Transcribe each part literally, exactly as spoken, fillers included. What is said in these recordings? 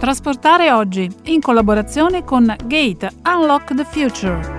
Trasportare oggi, in collaborazione con Gate, Unlock the Future.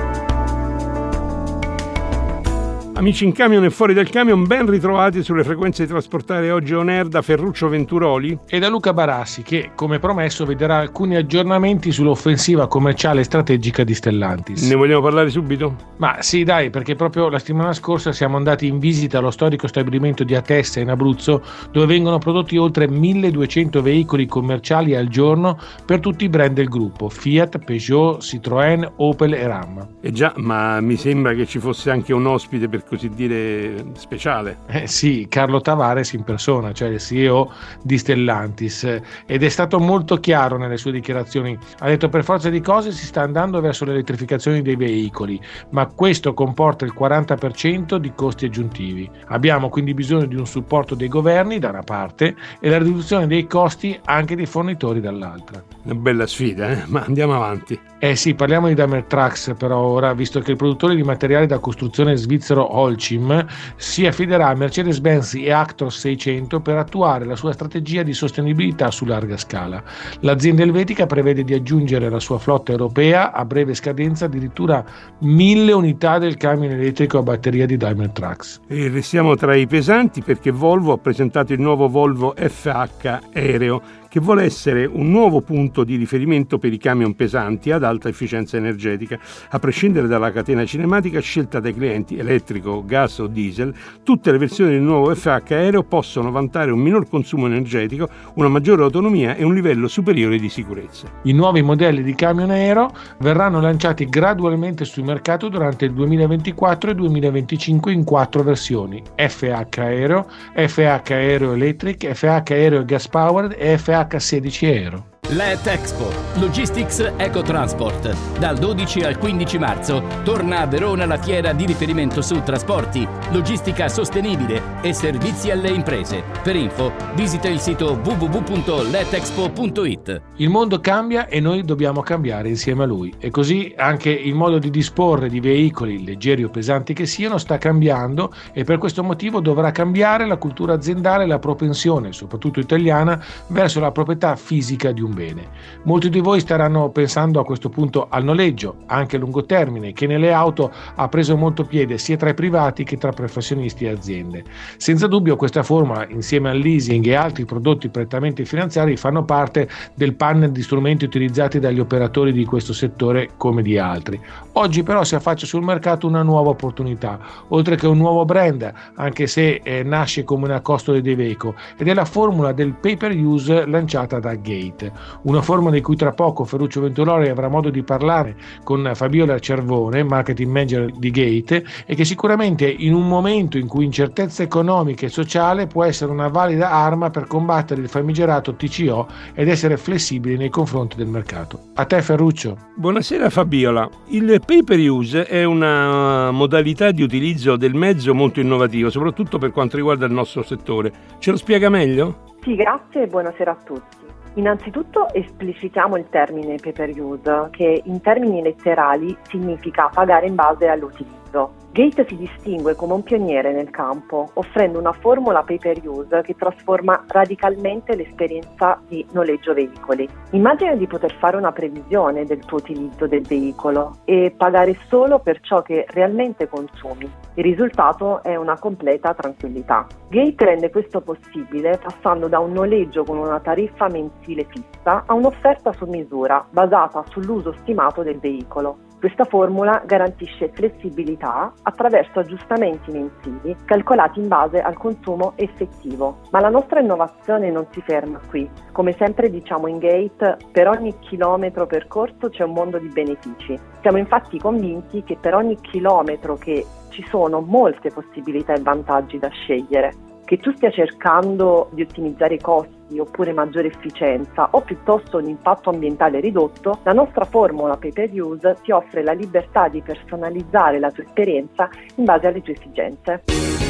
Amici in camion e fuori dal camion, ben ritrovati sulle frequenze di Trasportare oggi on air da Ferruccio Venturoli e da Luca Barassi, che come promesso vedrà alcuni aggiornamenti sull'offensiva commerciale e strategica di Stellantis. Ne vogliamo parlare subito? Ma sì, dai, perché proprio la settimana scorsa siamo andati in visita allo storico stabilimento di Atessa in Abruzzo, dove vengono prodotti oltre milleduecento veicoli commerciali al giorno per tutti i brand del gruppo: Fiat, Peugeot, Citroën, Opel e Ram. Eh già, ma mi sembra che ci fosse anche un ospite, per così dire, speciale. Eh sì, Carlo Tavares in persona, cioè il C E O di Stellantis, ed è stato molto chiaro nelle sue dichiarazioni. Ha detto: per forza di cose si sta andando verso l'elettrificazione dei veicoli, ma questo comporta il quaranta per cento di costi aggiuntivi. Abbiamo quindi bisogno di un supporto dei governi da una parte e la riduzione dei costi anche dei fornitori dall'altra. Una bella sfida, eh? Ma andiamo avanti. Eh sì, parliamo di Daimler Trucks però ora, visto che il produttore di materiali da costruzione svizzero Holcim si affiderà a Mercedes-Benz e Actros seicento per attuare la sua strategia di sostenibilità su larga scala. L'azienda elvetica prevede di aggiungere alla sua flotta europea a breve scadenza addirittura mille unità del camion elettrico a batteria di Daimler Trucks. E restiamo tra i pesanti perché Volvo ha presentato il nuovo Volvo F H Aereo, che vuole essere un nuovo punto di riferimento per i camion pesanti ad alta efficienza energetica. A prescindere dalla catena cinematica scelta dai clienti, elettrico, gas o diesel, tutte le versioni del nuovo F H Aereo possono vantare un minor consumo energetico, una maggiore autonomia e un livello superiore di sicurezza. I nuovi modelli di camion aereo verranno lanciati gradualmente sul mercato durante il duemilaventiquattro e duemilaventicinque in quattro versioni: F H Aereo, F H Aereo Electric, F H Aereo Gas Powered e F H acca sedici Aero. Let Expo Logistics Ecotransport. Dal dodici al quindici marzo torna a Verona la fiera di riferimento su trasporti, logistica sostenibile e servizi alle imprese. Per info visita il sito w w w punto let expo punto it. Il mondo cambia e noi dobbiamo cambiare insieme a lui, e così anche il modo di disporre di veicoli, leggeri o pesanti che siano, sta cambiando, e per questo motivo dovrà cambiare la cultura aziendale e la propensione, soprattutto italiana, verso la proprietà fisica di un bene. Molti di voi staranno pensando a questo punto al noleggio, anche a lungo termine, che nelle auto ha preso molto piede sia tra i privati che tra professionisti e aziende. Senza dubbio questa formula, insieme al leasing e altri prodotti prettamente finanziari, fanno parte del panel di strumenti utilizzati dagli operatori di questo settore come di altri. Oggi però si affaccia sul mercato una nuova opportunità, oltre che un nuovo brand, anche se eh, nasce come una custody dei veicoli, ed è la formula del pay per use lanciata da Gate. Una forma di cui tra poco Ferruccio Venturoli avrà modo di parlare con Fabiola Cervone, marketing manager di Gate, e che sicuramente in un momento in cui incertezza economica e sociale può essere una valida arma per combattere il famigerato T C O ed essere flessibili nei confronti del mercato. A te Ferruccio. Buonasera Fabiola. Il pay per use è una modalità di utilizzo del mezzo molto innovativa, soprattutto per quanto riguarda il nostro settore. Ce lo spiega meglio? Sì, grazie e buonasera a tutti. Innanzitutto esplicitiamo il termine pay per use, che in termini letterali significa pagare in base all'utilizzo. Gate si distingue come un pioniere nel campo, offrendo una formula pay per use che trasforma radicalmente l'esperienza di noleggio veicoli. Immagina di poter fare una previsione del tuo utilizzo del veicolo e pagare solo per ciò che realmente consumi. Il risultato è una completa tranquillità. Gate rende questo possibile passando da un noleggio con una tariffa mensile fissa a un'offerta su misura basata sull'uso stimato del veicolo. Questa formula garantisce flessibilità attraverso aggiustamenti mensili calcolati in base al consumo effettivo. Ma la nostra innovazione non si ferma qui. Come sempre diciamo in Gate, per ogni chilometro percorso c'è un mondo di benefici. Siamo infatti convinti che per ogni chilometro che ci sono molte possibilità e vantaggi da scegliere. Che tu stia cercando di ottimizzare i costi oppure maggiore efficienza o piuttosto un impatto ambientale ridotto, la nostra formula pay per use ti offre la libertà di personalizzare la tua esperienza in base alle tue esigenze.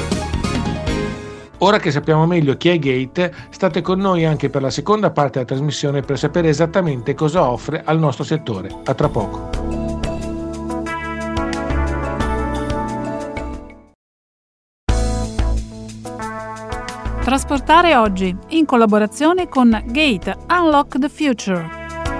Ora che sappiamo meglio chi è Gate, state con noi anche per la seconda parte della trasmissione per sapere esattamente cosa offre al nostro settore. A tra poco. Trasportare oggi, in collaborazione con Gate Unlock the Future.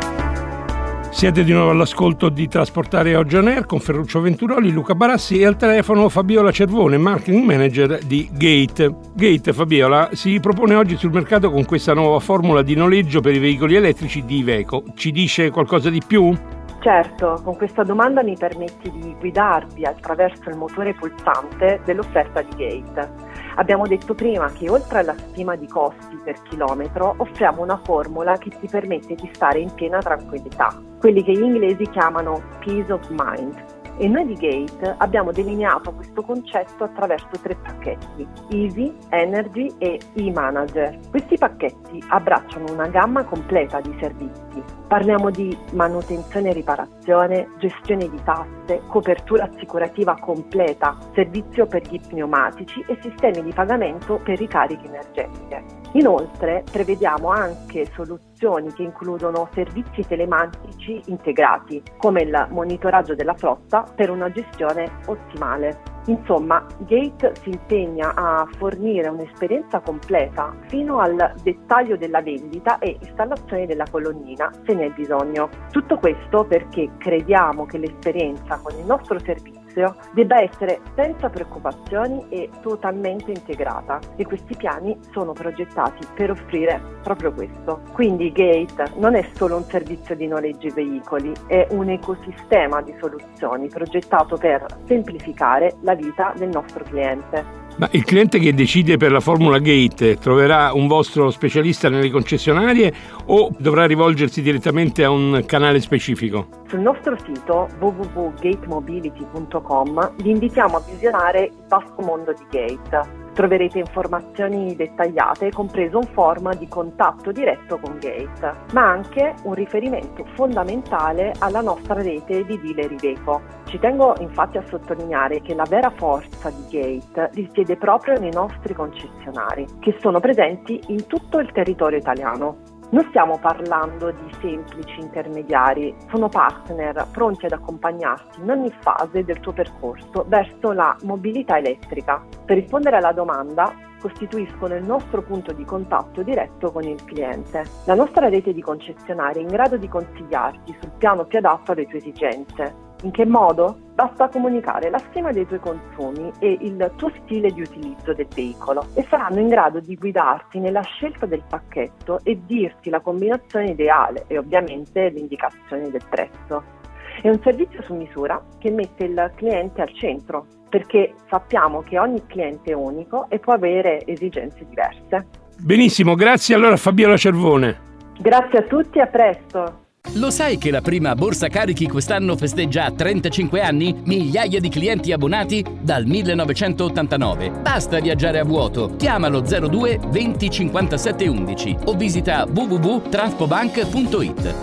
Siete di nuovo all'ascolto di Trasportare Oggi on Air con Ferruccio Venturoli, Luca Barassi e al telefono Fabiola Cervone, marketing manager di Gate. Gate, Fabiola, si propone oggi sul mercato con questa nuova formula di noleggio per i veicoli elettrici di Iveco. Ci dice qualcosa di più? Certo, con questa domanda mi permetti di guidarvi attraverso il motore pulsante dell'offerta di Gate. Abbiamo detto prima che oltre alla stima di costi per chilometro offriamo una formula che ti permette di stare in piena tranquillità, quelli che gli inglesi chiamano peace of mind. E noi di Gate abbiamo delineato questo concetto attraverso tre pacchetti: Easy, Energy e E-Manager. Questi pacchetti abbracciano una gamma completa di servizi. Parliamo di manutenzione e riparazione, gestione di tasse, copertura assicurativa completa, servizio per gli pneumatici e sistemi di pagamento per ricariche energetiche. Inoltre prevediamo anche soluzioni che includono servizi telematici integrati, come il monitoraggio della flotta per una gestione ottimale. Insomma, Gate si impegna a fornire un'esperienza completa fino al dettaglio della vendita e installazione della colonnina se ne è bisogno. Tutto questo perché crediamo che l'esperienza con il nostro servizio debba essere senza preoccupazioni e totalmente integrata, e questi piani sono progettati per offrire proprio questo. Quindi Gate non è solo un servizio di noleggi veicoli, è un ecosistema di soluzioni progettato per semplificare la vita del nostro cliente. Ma il cliente che decide per la formula Gate troverà un vostro specialista nelle concessionarie o dovrà rivolgersi direttamente a un canale specifico? Sul nostro sito w w w punto gate mobility punto com vi invitiamo a visionare il vasto mondo di Gate. Troverete informazioni dettagliate, compreso un form di contatto diretto con Gate, ma anche un riferimento fondamentale alla nostra rete di dealer Iveco. Ci tengo infatti a sottolineare che la vera forza di Gate risiede proprio nei nostri concessionari, che sono presenti in tutto il territorio italiano. Non stiamo parlando di semplici intermediari, sono partner pronti ad accompagnarti in ogni fase del tuo percorso verso la mobilità elettrica. Per rispondere alla domanda, costituiscono il nostro punto di contatto diretto con il cliente. La nostra rete di concessionari è in grado di consigliarti sul piano più adatto alle tue esigenze. In che modo? Basta comunicare la stima dei tuoi consumi e il tuo stile di utilizzo del veicolo e saranno in grado di guidarti nella scelta del pacchetto e dirti la combinazione ideale e ovviamente l'indicazione del prezzo. È un servizio su misura che mette il cliente al centro, perché sappiamo che ogni cliente è unico e può avere esigenze diverse. Benissimo, grazie allora a Fabiola Cervone. Grazie a tutti, a presto. Lo sai che la prima borsa carichi quest'anno festeggia trentacinque anni? Migliaia di clienti abbonati dal millenovecentottantanove. Basta viaggiare a vuoto. Chiamalo zero due venti cinquantasette undici o visita w w w punto transpobank punto it.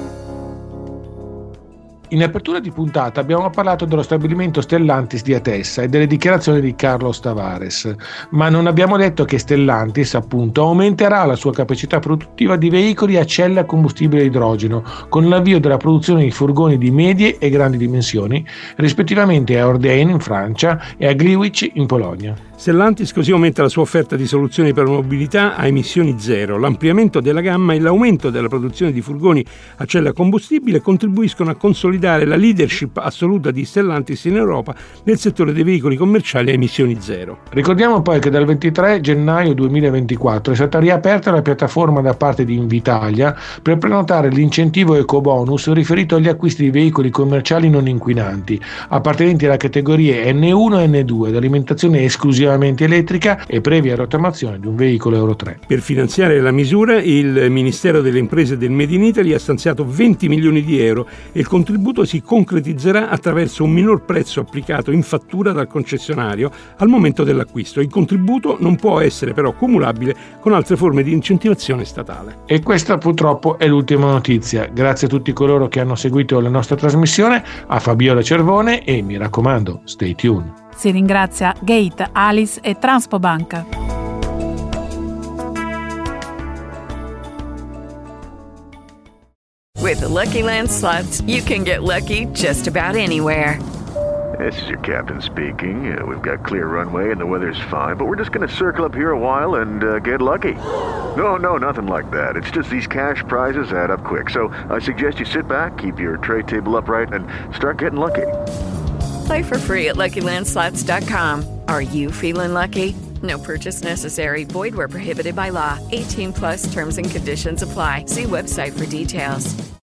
In apertura di puntata abbiamo parlato dello stabilimento Stellantis di Atessa e delle dichiarazioni di Carlos Tavares, ma non abbiamo detto che Stellantis, appunto, aumenterà la sua capacità produttiva di veicoli a cella a combustibile idrogeno con l'avvio della produzione di furgoni di medie e grandi dimensioni, rispettivamente a Ordain in Francia e a Gliwice in Polonia. Stellantis così aumenta la sua offerta di soluzioni per la mobilità a emissioni zero. L'ampliamento della gamma e l'aumento della produzione di furgoni a cella a combustibile contribuiscono a consolidare la leadership assoluta di Stellantis in Europa nel settore dei veicoli commerciali a emissioni zero. Ricordiamo poi che dal ventitré gennaio duemilaventiquattro è stata riaperta la piattaforma da parte di Invitalia per prenotare l'incentivo ecobonus riferito agli acquisti di veicoli commerciali non inquinanti appartenenti alle categorie N uno e N due ad alimentazione esclusivamente elettrica e previa rottamazione di un veicolo Euro tre. Per finanziare la misura il Ministero delle Imprese del Made in Italy ha stanziato venti milioni di euro e il contributo si concretizzerà attraverso un minor prezzo applicato in fattura dal concessionario al momento dell'acquisto. Il contributo non può essere però cumulabile con altre forme di incentivazione statale. E questa purtroppo è l'ultima notizia. Grazie a tutti coloro che hanno seguito la nostra trasmissione, a Fabiola Cervone e mi raccomando, stay tuned. Si ringrazia Gate, Alice e Transpobank. With the Lucky Land Slots, you can get lucky just about anywhere. This is your captain speaking. Uh, we've got clear runway and the weather's fine, but we're just going to circle up here a while and uh, get lucky. No, no, nothing like that. It's just these cash prizes add up quick. So I suggest you sit back, keep your tray table upright, and start getting lucky. Play for free at Lucky Land Slots dot com. Are you feeling lucky? No purchase necessary. Void where prohibited by law. eighteen plus terms and conditions apply. See website for details.